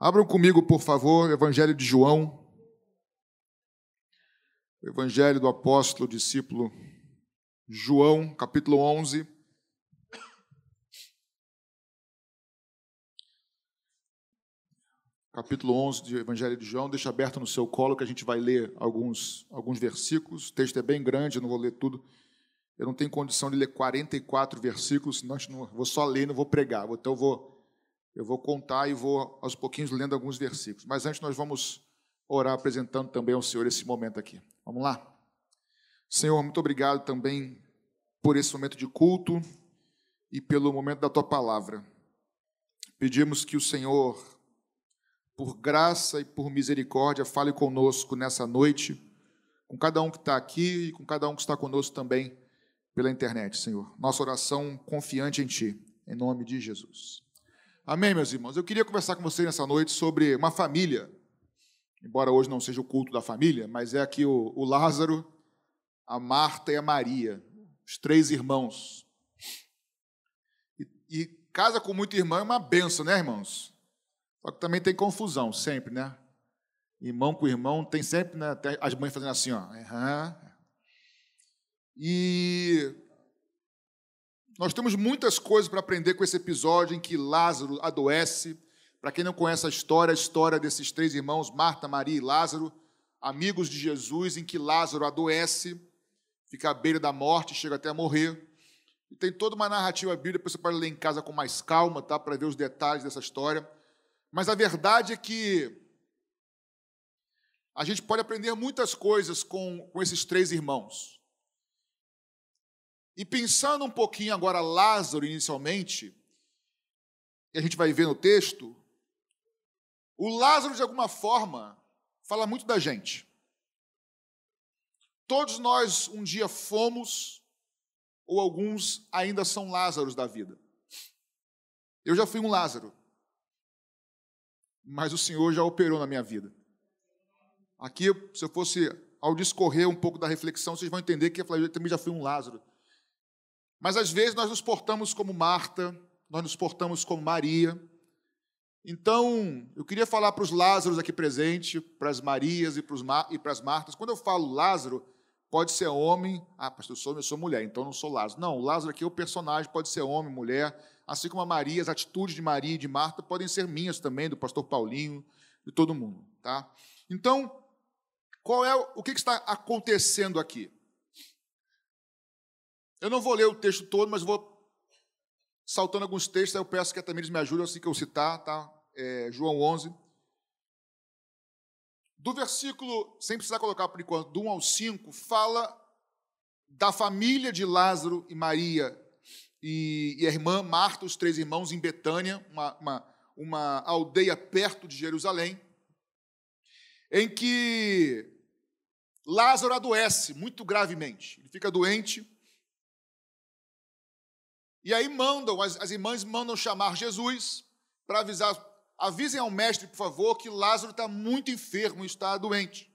Abram comigo, por favor, o Evangelho de João, o Evangelho do apóstolo, discípulo João, capítulo 11. Capítulo 11 do Evangelho de João, deixa aberto no seu colo que a gente vai ler alguns versículos. O texto é bem grande, eu não vou ler tudo. Eu não tenho condição de ler 44 versículos, senão eu vou só ler e não vou pregar. Então eu vou contar e vou aos pouquinhos lendo alguns versículos. Mas antes nós vamos orar apresentando também ao Senhor esse momento aqui. Vamos lá? Senhor, muito obrigado também por esse momento de culto e pelo momento da Tua Palavra. Pedimos que o Senhor, por graça e por misericórdia, fale conosco nessa noite, com cada um que está aqui e com cada um que está conosco também pela internet, Senhor. Nossa oração confiante em Ti, em nome de Jesus. Amém, meus irmãos? Eu queria conversar com vocês nessa noite sobre uma família, embora hoje não seja o culto da família, mas é aqui o Lázaro, a Marta e a Maria, os três irmãos. E casa com muito irmão é uma benção, né, irmãos? Só que também tem confusão, sempre, né? Irmão com irmão, tem sempre, né, até as mães fazendo assim, ó. E nós temos muitas coisas para aprender com esse episódio em que Lázaro adoece. Para quem não conhece a história desses três irmãos, Marta, Maria e Lázaro, amigos de Jesus, em que Lázaro adoece, fica à beira da morte, chega até a morrer. E tem toda uma narrativa bíblica, depois você pode ler em casa com mais calma, tá, para ver os detalhes dessa história. Mas a verdade é que a gente pode aprender muitas coisas com esses três irmãos. E pensando um pouquinho agora Lázaro inicialmente, e a gente vai ver no texto, o Lázaro de alguma forma fala muito da gente. Todos nós um dia fomos, ou alguns ainda são Lázaros da vida. Eu já fui um Lázaro, mas o Senhor já operou na minha vida. Aqui, se eu fosse, ao discorrer um pouco da reflexão, vocês vão entender que eu também já fui um Lázaro. Mas, às vezes, nós nos portamos como Marta, nós nos portamos como Maria. Então, eu queria falar para os Lázaros aqui presentes, para as Marias e para as Martas. Quando eu falo Lázaro, pode ser homem. Ah, pastor, eu sou mulher, então eu não sou Lázaro. Não, o Lázaro aqui é o personagem, pode ser homem, mulher. Assim como a Maria, as atitudes de Maria e de Marta podem ser minhas também, do pastor Paulinho, de todo mundo. Tá? Então, o que está acontecendo aqui? Eu não vou ler o texto todo, mas vou saltando alguns textos, aí eu peço que a Tamires me ajude assim que eu citar, tá? João 11. Do versículo, sem precisar colocar por enquanto, do 1 ao 5, fala da família de Lázaro e Maria e a irmã Marta, os três irmãos, em Betânia, uma aldeia perto de Jerusalém, em que Lázaro adoece muito gravemente. Ele fica doente. E aí as irmãs mandam chamar Jesus para avisem ao mestre, por favor, que Lázaro está muito enfermo, está doente.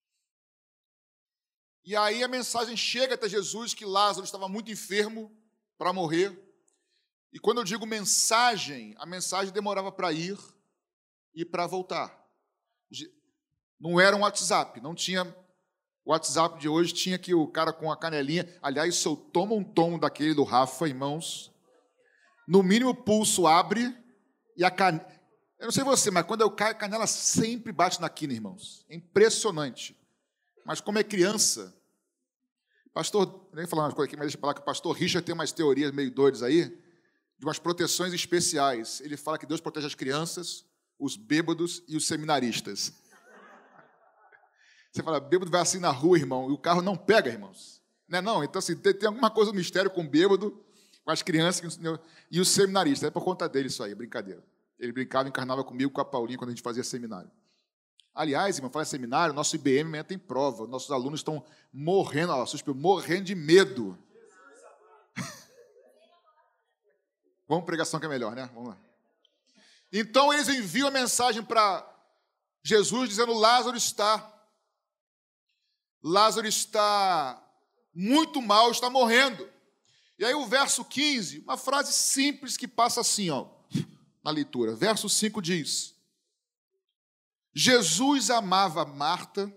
E aí a mensagem chega até Jesus que Lázaro estava muito enfermo para morrer. E quando eu digo mensagem, a mensagem demorava para ir e para voltar. Não era um WhatsApp, não tinha. O WhatsApp de hoje tinha que o cara com a canelinha. Aliás, se eu tomo um tom daquele do Rafa, irmãos, no mínimo o pulso abre e a canela. Eu não sei você, mas quando eu caio, a canela sempre bate na quina, irmãos. É impressionante. Mas como é criança, pastor, eu nem falar umas coisas aqui, mas deixa eu falar que o pastor Richard tem umas teorias meio doidas aí, de umas proteções especiais. Ele fala que Deus protege as crianças, os bêbados e os seminaristas. Você fala, bêbado vai assim na rua, irmão, e o carro não pega, irmãos. Não é não? Então, assim, tem alguma coisa do mistério com o bêbado, com as crianças e os seminaristas. É por conta dele isso aí, brincadeira. Ele brincava, encarnava comigo, com a Paulinha, quando a gente fazia seminário. Aliás, irmão, fala em seminário, nosso IBM amanhã tem prova. Nossos alunos estão morrendo, morrendo de medo. Vamos pregação que é melhor, né? Vamos lá. Então, eles enviam a mensagem para Jesus, dizendo, Lázaro está muito mal, está morrendo. E aí o verso 15, uma frase simples que passa assim, ó, na leitura. Verso 5 diz, Jesus amava Marta,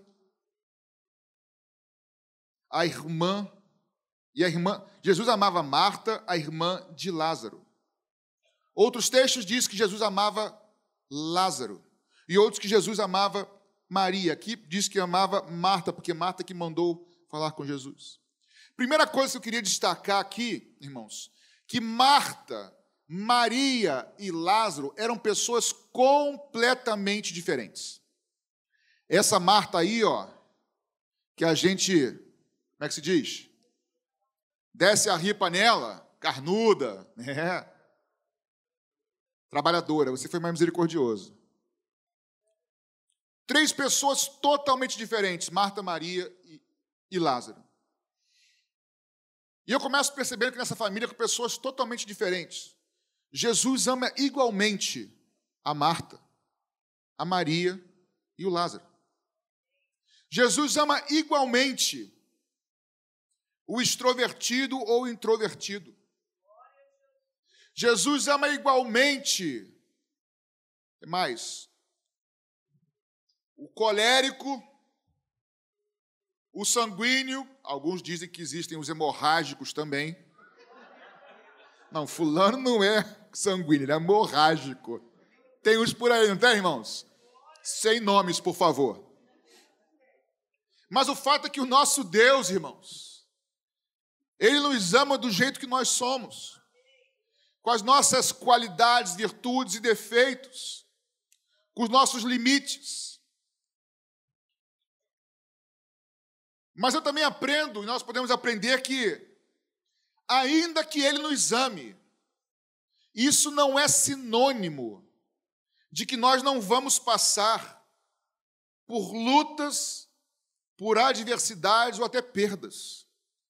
a irmã, Jesus amava Marta, a irmã de Lázaro. Outros textos dizem que Jesus amava Lázaro, e outros que Jesus amava Maria. Aqui diz que amava Marta, porque Marta que mandou falar com Jesus. Primeira coisa que eu queria destacar aqui, irmãos, que Marta, Maria e Lázaro eram pessoas completamente diferentes. Essa Marta aí, ó, que a gente, como é que se diz? Desce a ripa nela, carnuda, né? Trabalhadora, você foi mais misericordioso. 3 pessoas totalmente diferentes, Marta, Maria e Lázaro. E eu começo percebendo que nessa família, com pessoas totalmente diferentes, Jesus ama igualmente a Marta, a Maria e o Lázaro. Jesus ama igualmente o extrovertido ou o introvertido. Jesus ama igualmente, mais, o colérico, o sanguíneo, alguns dizem que existem os hemorrágicos também. Não, fulano não é sanguíneo, ele é hemorrágico. Tem uns por aí, não tem, irmãos? Sem nomes, por favor. Mas o fato é que o nosso Deus, irmãos, Ele nos ama do jeito que nós somos, com as nossas qualidades, virtudes e defeitos, com os nossos limites. Mas eu também aprendo, e nós podemos aprender que, ainda que Ele nos ame, isso não é sinônimo de que nós não vamos passar por lutas, por adversidades ou até perdas.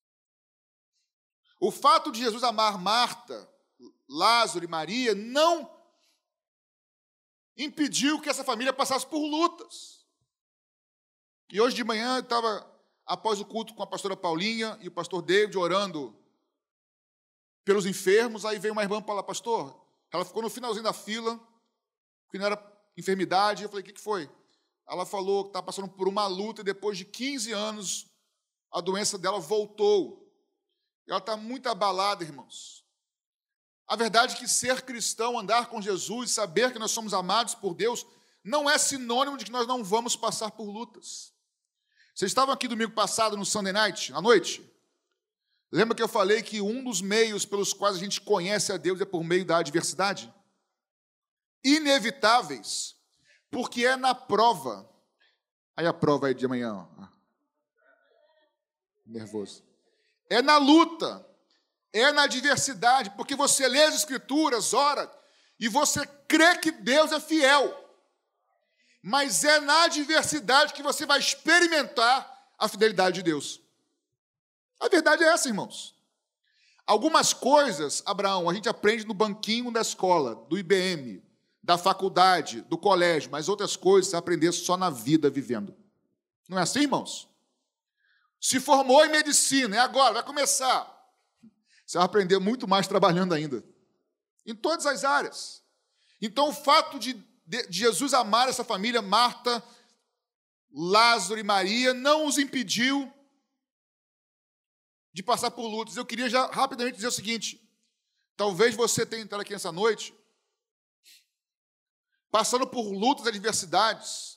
O fato de Jesus amar Marta, Lázaro e Maria não impediu que essa família passasse por lutas. E hoje de manhã eu estava, após o culto, com a pastora Paulinha e o pastor David orando pelos enfermos. Aí veio uma irmã para lá, pastor, ela ficou no finalzinho da fila, porque não era enfermidade. Eu falei, o que foi? Ela falou que está passando por uma luta e depois de 15 anos a doença dela voltou. Ela está muito abalada, irmãos. A verdade é que ser cristão, andar com Jesus, saber que nós somos amados por Deus, não é sinônimo de que nós não vamos passar por lutas. Vocês estavam aqui domingo passado no Sunday Night, à noite? Lembra que eu falei que um dos meios pelos quais a gente conhece a Deus é por meio da adversidade? Inevitáveis, porque é na prova. Aí a prova aí de amanhã, ó. Nervoso. É na luta, é na adversidade, porque você lê as Escrituras, ora, e você crê que Deus é fiel. Mas é na adversidade que você vai experimentar a fidelidade de Deus. A verdade é essa, irmãos. Algumas coisas, Abraão, a gente aprende no banquinho da escola, do IBM, da faculdade, do colégio, mas outras coisas você vai aprender só na vida, vivendo. Não é assim, irmãos? Se formou em medicina, é agora, vai começar. Você vai aprender muito mais trabalhando ainda. Em todas as áreas. Então, o fato de Jesus amar essa família, Marta, Lázaro e Maria, não os impediu de passar por lutas. Eu queria já rapidamente dizer o seguinte: talvez você tenha entrado aqui nessa noite passando por lutas e adversidades.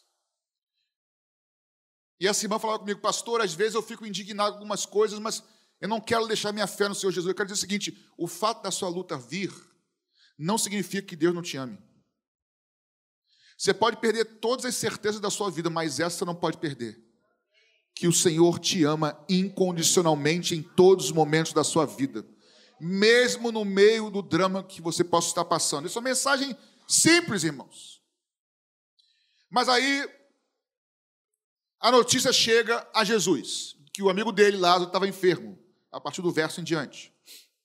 E essa irmã falava comigo, pastor, às vezes eu fico indignado com algumas coisas, mas eu não quero deixar minha fé no Senhor Jesus. Eu quero dizer o seguinte: o fato da sua luta vir não significa que Deus não te ame. Você pode perder todas as certezas da sua vida, mas essa você não pode perder. Que o Senhor te ama incondicionalmente em todos os momentos da sua vida, mesmo no meio do drama que você possa estar passando. Isso é uma mensagem simples, irmãos. Mas aí a notícia chega a Jesus, que o amigo dele, Lázaro, estava enfermo, a partir do verso em diante.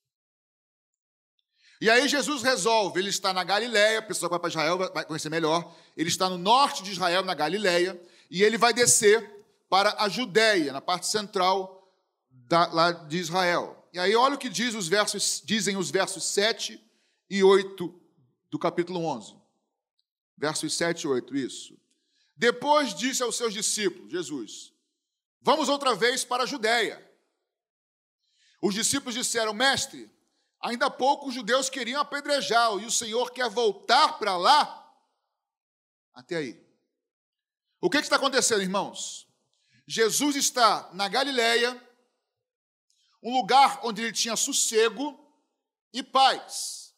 E aí Jesus resolve, ele está na Galileia, a pessoa que vai para Israel vai conhecer melhor, ele está no norte de Israel, na Galileia, e ele vai descer para a Judéia, na parte central lá de Israel. E aí olha o que dizem os versos 7 e 8 do capítulo 11. Versos 7 e 8, isso. Depois disse aos seus discípulos, Jesus, vamos outra vez para a Judéia. Os discípulos disseram, mestre, ainda há pouco os judeus queriam apedrejá-lo, e o Senhor quer voltar para lá? Até aí. O que está acontecendo, irmãos? Jesus está na Galileia, um lugar onde ele tinha sossego e paz.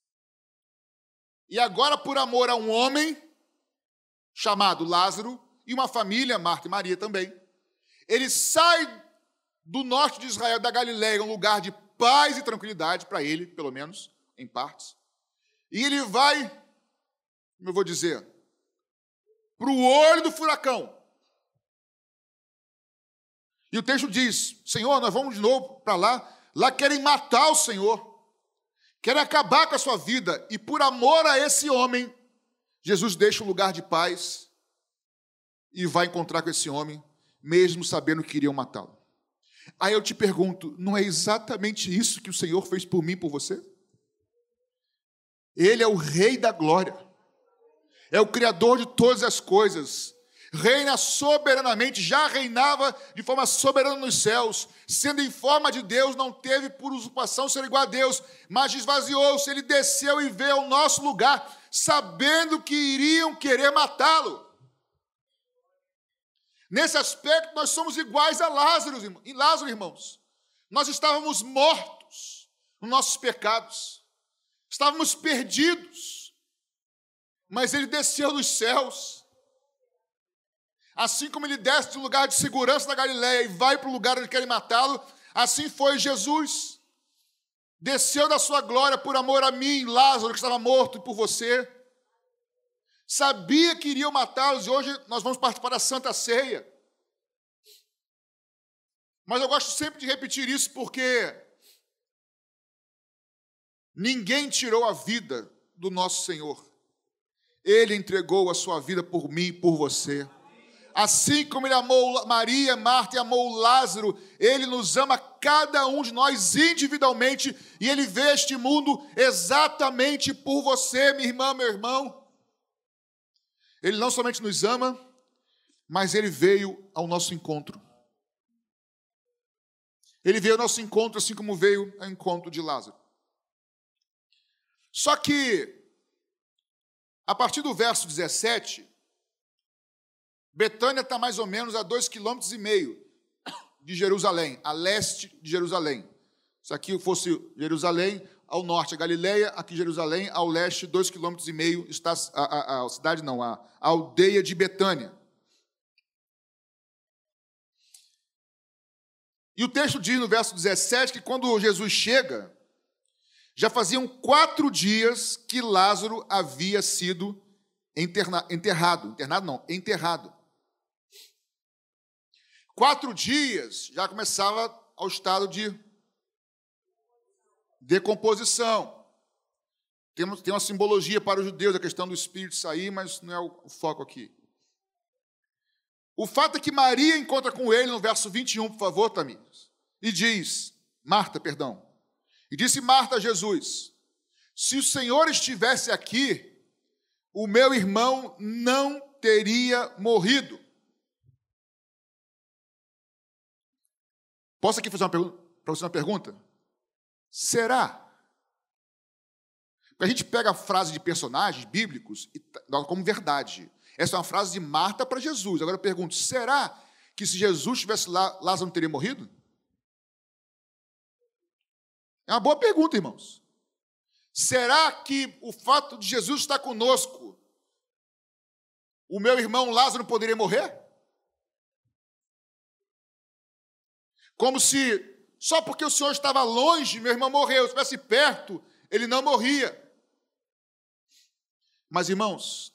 E agora, por amor a um homem chamado Lázaro, e uma família, Marta e Maria também, ele sai do norte de Israel, da Galileia, um lugar de paz e tranquilidade, para ele, pelo menos, em partes, e ele vai, como eu vou dizer, para o olho do furacão. E o texto diz, Senhor, nós vamos de novo para lá querem matar o Senhor, querem acabar com a sua vida, e por amor a esse homem, Jesus deixa um lugar de paz e vai encontrar com esse homem, mesmo sabendo que iriam matá-lo. Aí eu te pergunto, não é exatamente isso que o Senhor fez por mim e por você? Ele é o Rei da glória, é o Criador de todas as coisas, reina soberanamente, já reinava de forma soberana nos céus, sendo em forma de Deus, não teve por usurpação ser igual a Deus, mas esvaziou-se, ele desceu e veio ao nosso lugar, sabendo que iriam querer matá-lo. Nesse aspecto, nós somos iguais a Lázaro, irmãos. Nós estávamos mortos nos nossos pecados, estávamos perdidos, mas ele desceu dos céus. Assim como ele desce de um lugar de segurança na Galileia e vai para o lugar onde querem matá-lo, assim foi Jesus. Desceu da sua glória por amor a mim, Lázaro, que estava morto, e por você. Sabia que iriam matá-los, e hoje nós vamos participar da Santa Ceia. Mas eu gosto sempre de repetir isso, porque ninguém tirou a vida do nosso Senhor. Ele entregou a sua vida por mim e por você. Assim como ele amou Maria, Marta e amou Lázaro, ele nos ama cada um de nós individualmente, e ele vê este mundo exatamente por você, minha irmã, meu irmão. Ele não somente nos ama, mas ele veio ao nosso encontro. Ele veio ao nosso encontro, assim como veio ao encontro de Lázaro. Só que, a partir do verso 17, Betânia está mais ou menos a 2,5 km de Jerusalém, a leste de Jerusalém. Se aqui fosse Jerusalém, ao norte a Galileia, aqui Jerusalém, ao leste, 2,5 km está a cidade, não, a aldeia de Betânia. E o texto diz no verso 17 que quando Jesus chega, já faziam 4 dias que Lázaro havia sido enterrado. 4 dias já começava ao estado de decomposição. Tem uma simbologia para os judeus, a questão do espírito sair, mas não é o foco aqui. O fato é que Maria encontra com ele, no verso 21, por favor, Tamires, e diz, e disse Marta a Jesus, se o Senhor estivesse aqui, o meu irmão não teria morrido. Posso aqui fazer para você uma pergunta? Será? A gente pega a frase de personagens bíblicos e dá como verdade. Essa é uma frase de Marta para Jesus. Agora eu pergunto, será que se Jesus estivesse lá, Lázaro não teria morrido? É uma boa pergunta, irmãos. Será que o fato de Jesus estar conosco, o meu irmão Lázaro não poderia morrer? Como se, só porque o Senhor estava longe, meu irmão morreu. Se estivesse perto, ele não morria. Mas, irmãos,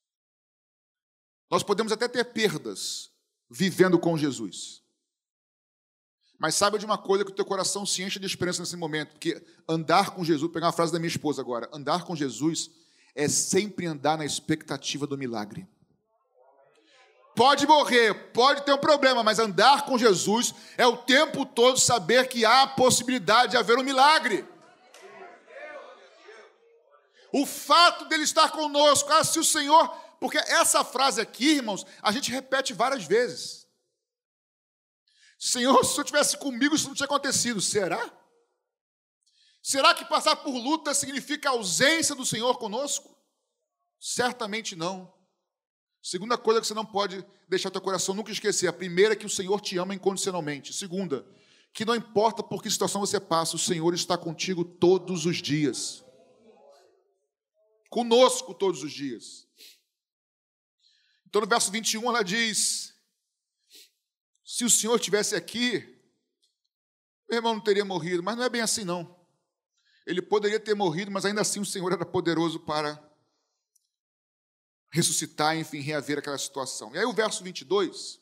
nós podemos até ter perdas vivendo com Jesus. Mas saiba de uma coisa, que o teu coração se enche de esperança nesse momento, porque andar com Jesus, vou pegar uma frase da minha esposa agora, andar com Jesus é sempre andar na expectativa do milagre. Pode morrer, pode ter um problema, mas andar com Jesus é o tempo todo saber que há a possibilidade de haver um milagre. O fato dele estar conosco, se o Senhor Porque essa frase aqui, irmãos, a gente repete várias vezes. Senhor, se o Senhor estivesse comigo, isso não tinha acontecido. Será? Será que passar por luta significa a ausência do Senhor conosco? Certamente não. Segunda coisa que você não pode deixar teu coração nunca esquecer. A primeira é que o Senhor te ama incondicionalmente. Segunda, que não importa por que situação você passa, o Senhor está contigo todos os dias. Conosco todos os dias. Então no verso 21 ela diz, se o Senhor estivesse aqui, meu irmão não teria morrido, mas não é bem assim não. Ele poderia ter morrido, mas ainda assim o Senhor era poderoso para ressuscitar, enfim, reaver aquela situação. E aí o verso 22,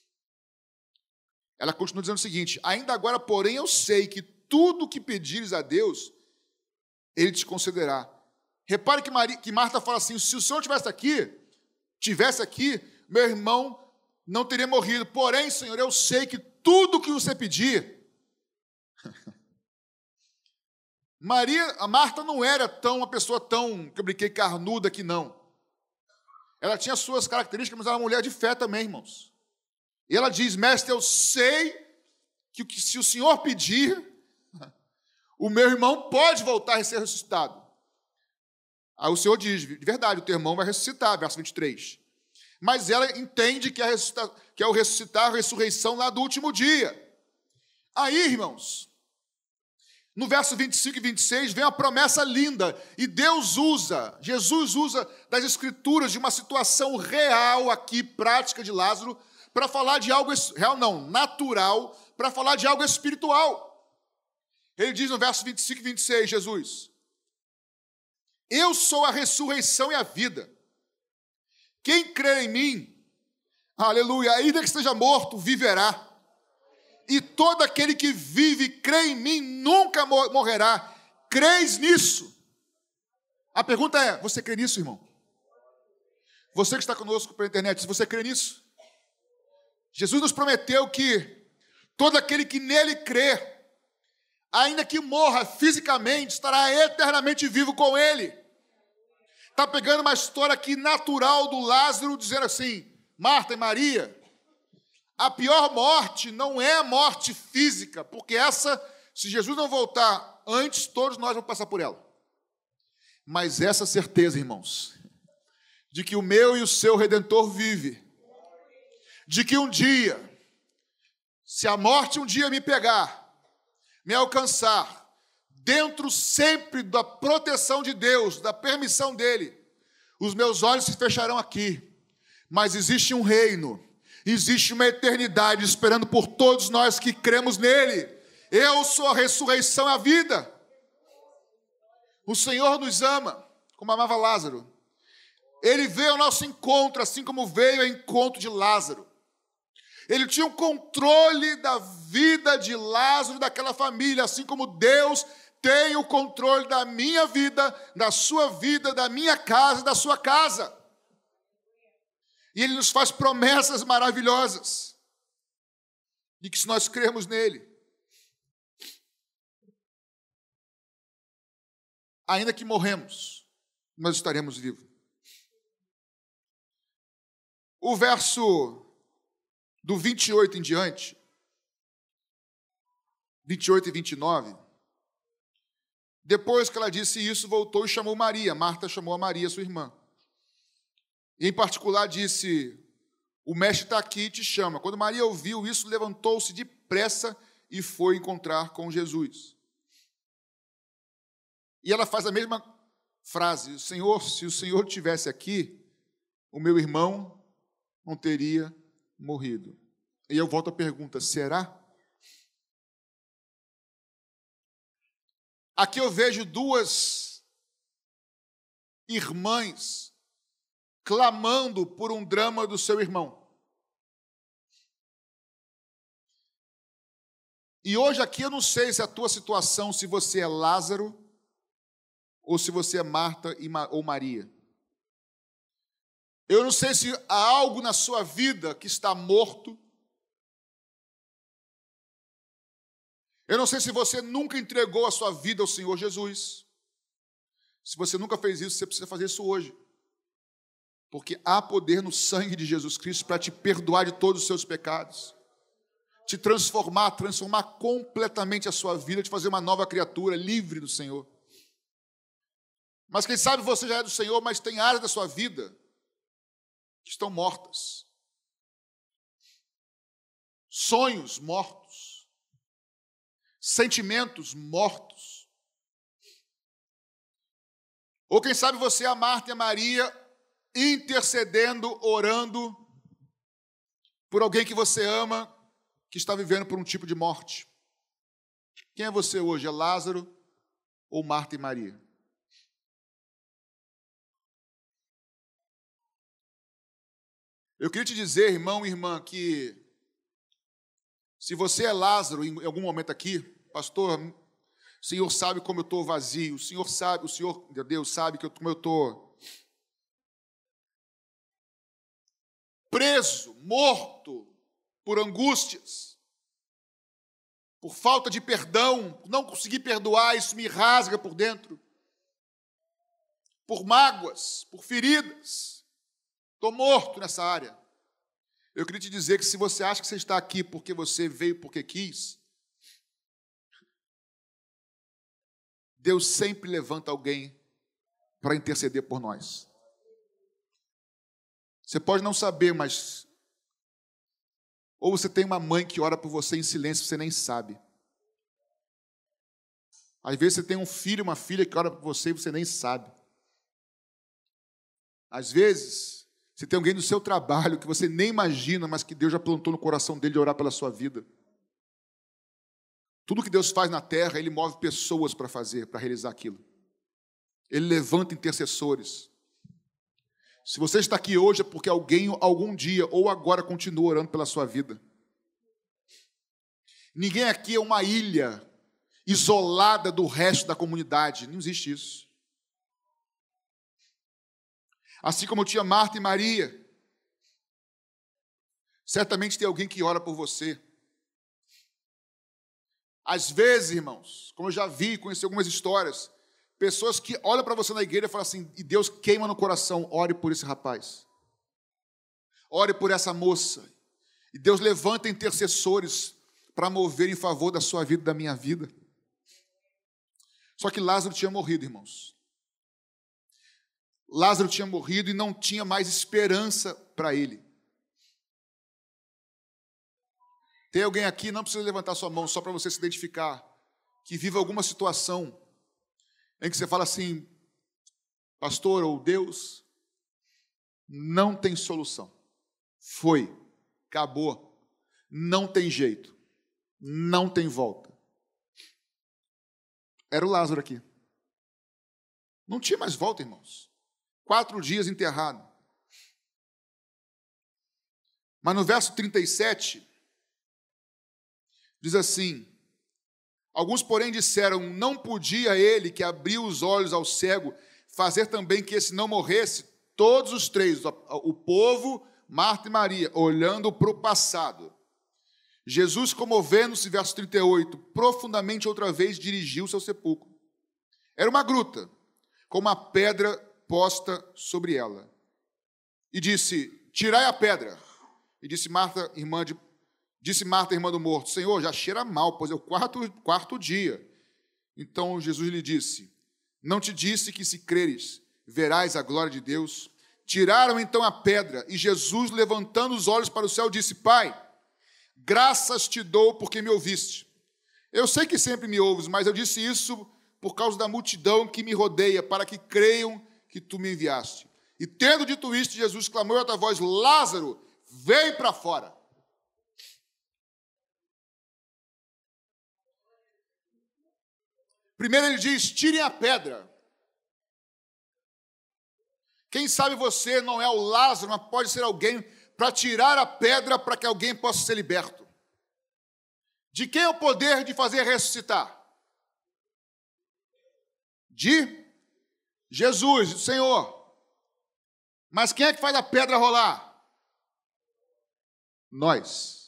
ela continua dizendo o seguinte, ainda agora, porém, eu sei que tudo o que pedires a Deus, Ele te concederá. Repare que Marta fala assim, se o Senhor tivesse aqui, meu irmão não teria morrido. Porém, Senhor, eu sei que tudo o que você pedir... A Marta não era uma pessoa tão, que eu brinquei, carnuda que não. Ela tinha suas características, mas era uma mulher de fé também, irmãos. E ela diz, mestre, eu sei que se o Senhor pedir, o meu irmão pode voltar a ser ressuscitado. Aí o Senhor diz, de verdade, o teu irmão vai ressuscitar, verso 23. Mas ela entende que é o ressuscitar, a ressurreição lá do último dia. Aí, irmãos, no verso 25 e 26, vem uma promessa linda, e Jesus usa das Escrituras de uma situação real aqui, prática de Lázaro, para falar de algo, real não, natural, para falar de algo espiritual. Ele diz no verso 25 e 26, Jesus, eu sou a ressurreição e a vida. Quem crê em mim, aleluia, ainda que esteja morto, viverá. E todo aquele que vive e crê em mim nunca morrerá. Crês nisso? A pergunta é, você crê nisso, irmão? Você que está conosco pela internet, você crê nisso? Jesus nos prometeu que todo aquele que nele crê, ainda que morra fisicamente, estará eternamente vivo com ele. Está pegando uma história aqui natural do Lázaro, dizendo assim, Marta e Maria, a pior morte não é a morte física, porque se Jesus não voltar antes, todos nós vamos passar por ela. Mas essa certeza, irmãos, de que o meu e o seu Redentor vive, de que um dia, se a morte um dia me pegar, me alcançar, dentro sempre da proteção de Deus, da permissão dele, os meus olhos se fecharão aqui, mas existe um reino, existe uma eternidade esperando por todos nós que cremos nele. Eu sou a ressurreição e a vida. O Senhor nos ama, como amava Lázaro. Ele veio ao nosso encontro, assim como veio ao encontro de Lázaro. Ele tinha um controle da vida de Lázaro, daquela família, assim como Deus tem o controle da minha vida, da sua vida, da minha casa, da sua casa. E Ele nos faz promessas maravilhosas. E que se nós crermos nele, ainda que morremos, nós estaremos vivos. O verso do 28 em diante, 28 e 29, depois que ela disse isso, voltou e chamou Maria. Marta chamou a Maria, sua irmã. E, em particular, disse, o mestre está aqui e te chama. Quando Maria ouviu isso, levantou-se depressa e foi encontrar com Jesus. E ela faz a mesma frase, Senhor, se o Senhor estivesse aqui, o meu irmão não teria morrido. E eu volto à pergunta, será? Aqui eu vejo duas irmãs clamando por um drama do seu irmão. E hoje aqui eu não sei se a tua situação, se você é Lázaro, ou se você é Marta ou Maria. Eu não sei se há algo na sua vida que está morto. Eu não sei se você nunca entregou a sua vida ao Senhor Jesus. Se você nunca fez isso, você precisa fazer isso hoje. Porque há poder no sangue de Jesus Cristo para te perdoar de todos os seus pecados, te transformar completamente a sua vida, te fazer uma nova criatura, livre do Senhor. Mas quem sabe você já é do Senhor, mas tem áreas da sua vida que estão mortas. Sonhos mortos. Sentimentos mortos. Ou quem sabe você é a Marta e a Maria, intercedendo, orando por alguém que você ama, que está vivendo por um tipo de morte. Quem é você hoje? É Lázaro ou Marta e Maria? Eu queria te dizer, irmão e irmã, que se você é Lázaro em algum momento aqui, pastor, o Senhor sabe como eu estou vazio, o Senhor, Deus sabe como eu estou preso, morto por angústias, por falta de perdão, por não conseguir perdoar, isso me rasga por dentro, por mágoas, por feridas. Estou morto nessa área. Eu queria te dizer que se você acha que você está aqui porque você veio porque quis, Deus sempre levanta alguém para interceder por nós. Você pode não saber, mas ou você tem uma mãe que ora por você em silêncio, você nem sabe. Às vezes você tem um filho, uma filha que ora por você e você nem sabe. Às vezes você tem alguém no seu trabalho que você nem imagina, mas que Deus já plantou no coração dele de orar pela sua vida. Tudo que Deus faz na terra, Ele move pessoas para fazer, para realizar aquilo. Ele levanta intercessores. Se você está aqui hoje é porque alguém, algum dia ou agora, continua orando pela sua vida. Ninguém aqui é uma ilha isolada do resto da comunidade. Não existe isso. Assim como eu tinha Marta e Maria, certamente tem alguém que ora por você. Às vezes, irmãos, como eu já vi, conheci algumas histórias, pessoas que olham para você na igreja e falam assim, e Deus queima no coração, ore por esse rapaz. Ore por essa moça. E Deus levanta intercessores para mover em favor da sua vida e da minha vida. Só que Lázaro tinha morrido, irmãos. Lázaro tinha morrido e não tinha mais esperança para ele. Tem alguém aqui, não precisa levantar sua mão, só para você se identificar, que vive alguma situação em que você fala assim, pastor ou Deus, não tem solução. Foi, acabou, não tem jeito, não tem volta. Era o Lázaro aqui. Não tinha mais volta, irmãos. 4 dias enterrado. Mas no verso 37, diz assim, alguns, porém, disseram, não podia ele, que abriu os olhos ao cego, fazer também que esse não morresse? Todos os três, o povo, Marta e Maria, olhando para o passado. Jesus, comovendo-se, verso 38, profundamente outra vez dirigiu-se ao sepulcro. Era uma gruta, com uma pedra posta sobre ela. E disse, tirai a pedra. E disse Marta, irmã do morto, Senhor, já cheira mal, pois é o quarto dia. Então Jesus lhe disse, não te disse que se creres, verás a glória de Deus? Tiraram então a pedra, e Jesus, levantando os olhos para o céu, disse, Pai, graças te dou porque me ouviste. Eu sei que sempre me ouves, mas eu disse isso por causa da multidão que me rodeia, para que creiam que tu me enviaste. E tendo dito isto, Jesus clamou em alta voz, Lázaro, vem para fora. Primeiro ele diz, tirem a pedra. Quem sabe você não é o Lázaro, mas pode ser alguém para tirar a pedra para que alguém possa ser liberto. De quem é o poder de fazer ressuscitar? De Jesus, do Senhor. Mas quem é que faz a pedra rolar? Nós.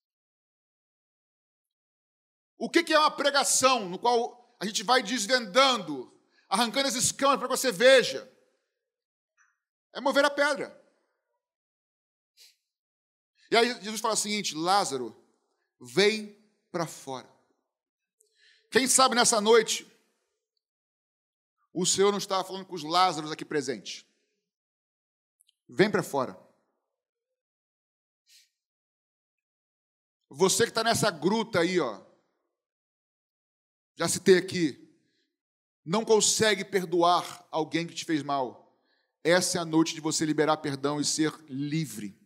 O que é uma pregação no qual a gente vai desvendando, arrancando as escamas para que você veja? É mover a pedra. E aí Jesus fala o seguinte: Lázaro, vem para fora. Quem sabe nessa noite o Senhor não estava falando com os Lázaros aqui presentes. Vem para fora. Você que está nessa gruta aí, ó, já citei aqui, não consegue perdoar alguém que te fez mal. Essa é a noite de você liberar perdão e ser livre.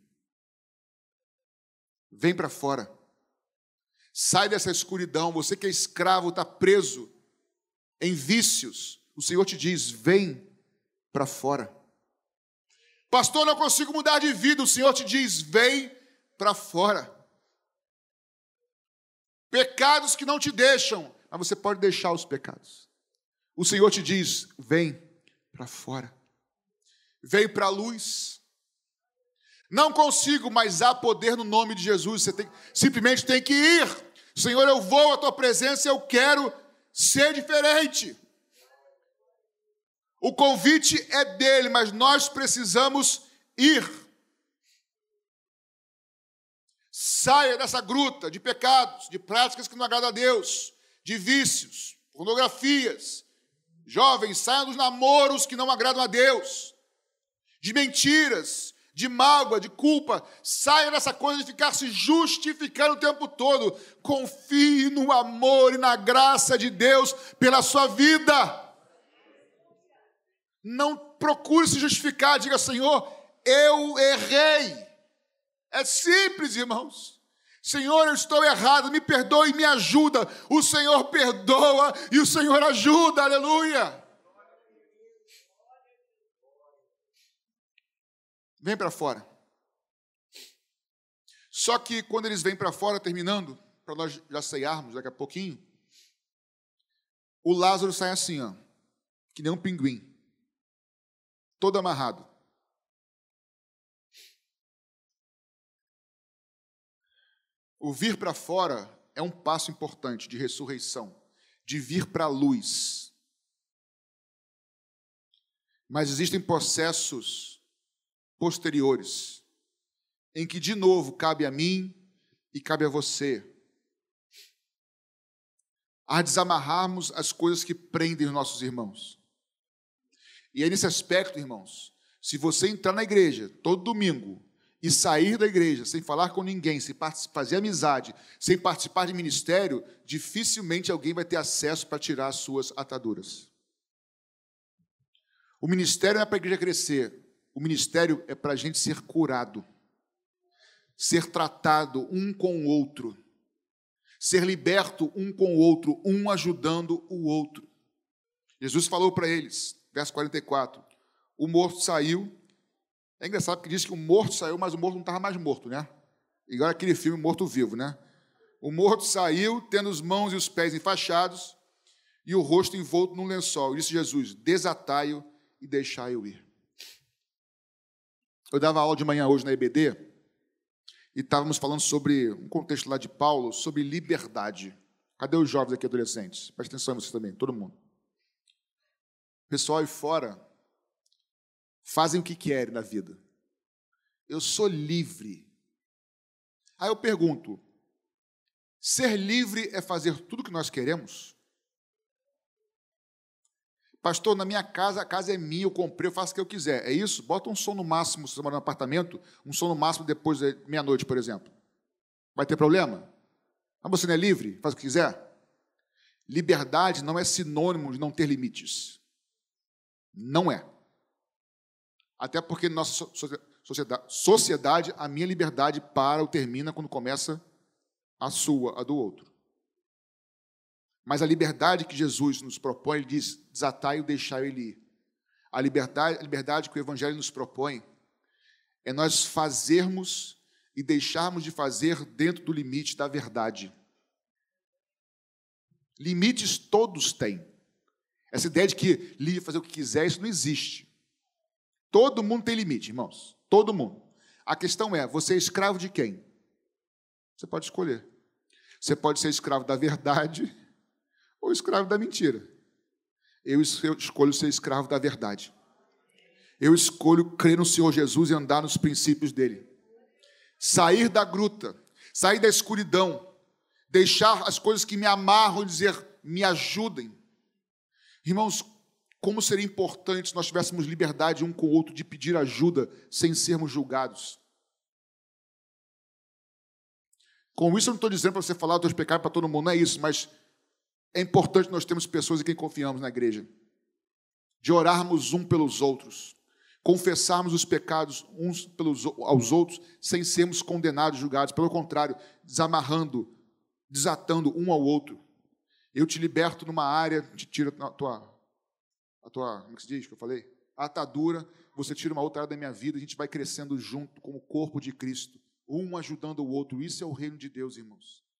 Vem para fora. Sai dessa escuridão. Você que é escravo, está preso em vícios. O Senhor te diz, vem para fora. Pastor, não consigo mudar de vida. O Senhor te diz, vem para fora. Pecados que não te deixam, mas você pode deixar os pecados. O Senhor te diz, vem para fora. Vem para a luz. Não consigo, mas há poder no nome de Jesus. Você simplesmente tem que ir. Senhor, eu vou à tua presença, eu quero ser diferente. O convite é dele, mas nós precisamos ir. Saia dessa gruta de pecados, de práticas que não agradam a Deus, de vícios, pornografias. Jovens, saiam dos namoros que não agradam a Deus, de mentiras, de mágoa, de culpa. Saia dessa coisa de ficar se justificando o tempo todo. Confie no amor e na graça de Deus pela sua vida. Não procure se justificar, diga, Senhor, eu errei. É simples, irmãos. Senhor, eu estou errado, me perdoe e me ajuda. O Senhor perdoa e o Senhor ajuda, aleluia. Vem para fora. Só que quando eles vêm para fora, terminando, para nós já ceiarmos daqui a pouquinho, o Lázaro sai assim, ó, que nem um pinguim, todo amarrado. O vir para fora é um passo importante de ressurreição, de vir para a luz. Mas existem processos posteriores, em que de novo cabe a mim e cabe a você a desamarrarmos as coisas que prendem os nossos irmãos. E aí nesse aspecto, irmãos, se você entrar na igreja todo domingo e sair da igreja sem falar com ninguém, sem fazer amizade, sem participar de ministério, dificilmente alguém vai ter acesso para tirar as suas ataduras. O ministério não é para a igreja crescer, o ministério é para a gente ser curado, ser tratado um com o outro, ser liberto um com o outro, um ajudando o outro. Jesus falou para eles, verso 44, o morto saiu. É engraçado que diz que o morto saiu, mas o morto não estava mais morto, né? Igual aquele filme Morto-Vivo, né? O morto saiu, tendo as mãos e os pés enfaixados e o rosto envolto num lençol. E disse Jesus, desatai-o e deixai-o ir. Eu dava aula de manhã hoje na EBD e estávamos falando sobre um contexto lá de Paulo, sobre liberdade. Cadê os jovens aqui, adolescentes? Presta atenção vocês também, todo mundo. O pessoal aí fora fazem o que querem na vida. Eu sou livre. Aí eu pergunto, ser livre é fazer tudo o que nós queremos? Pastor, na minha casa, a casa é minha, eu comprei, eu faço o que eu quiser. É isso? Bota um som no máximo, se você mora no apartamento, um som no máximo depois da meia-noite, por exemplo. Vai ter problema? Mas você não é livre? Faz o que quiser? Liberdade não é sinônimo de não ter limites. Não é. Até porque na nossa sociedade, a minha liberdade para ou termina quando começa a sua, a do outro. Mas a liberdade que Jesus nos propõe, ele diz, desatai-o, deixai-o ele ir. A liberdade que o Evangelho nos propõe é nós fazermos e deixarmos de fazer dentro do limite da verdade. Limites todos têm. Essa ideia de que livre fazer o que quiser, isso não existe. Todo mundo tem limite, irmãos. Todo mundo. A questão é, você é escravo de quem? Você pode escolher. Você pode ser escravo da verdade ou escravo da mentira. Eu escolho ser escravo da verdade. Eu escolho crer no Senhor Jesus e andar nos princípios dele. Sair da gruta, sair da escuridão, deixar as coisas que me amarram e dizer, me ajudem. Irmãos, como seria importante se nós tivéssemos liberdade um com o outro de pedir ajuda sem sermos julgados. Com isso eu não estou dizendo para você falar dos teus pecados para todo mundo, não é isso, mas é importante nós termos pessoas em quem confiamos na igreja, de orarmos um pelos outros, confessarmos os pecados uns aos outros, sem sermos condenados, julgados. Pelo contrário, desamarrando, desatando um ao outro. Eu te liberto numa área, te tiro a tua, como é que se diz que eu falei? A atadura, você tira uma outra área da minha vida, a gente vai crescendo junto como corpo de Cristo, um ajudando o outro. Isso é o reino de Deus, irmãos.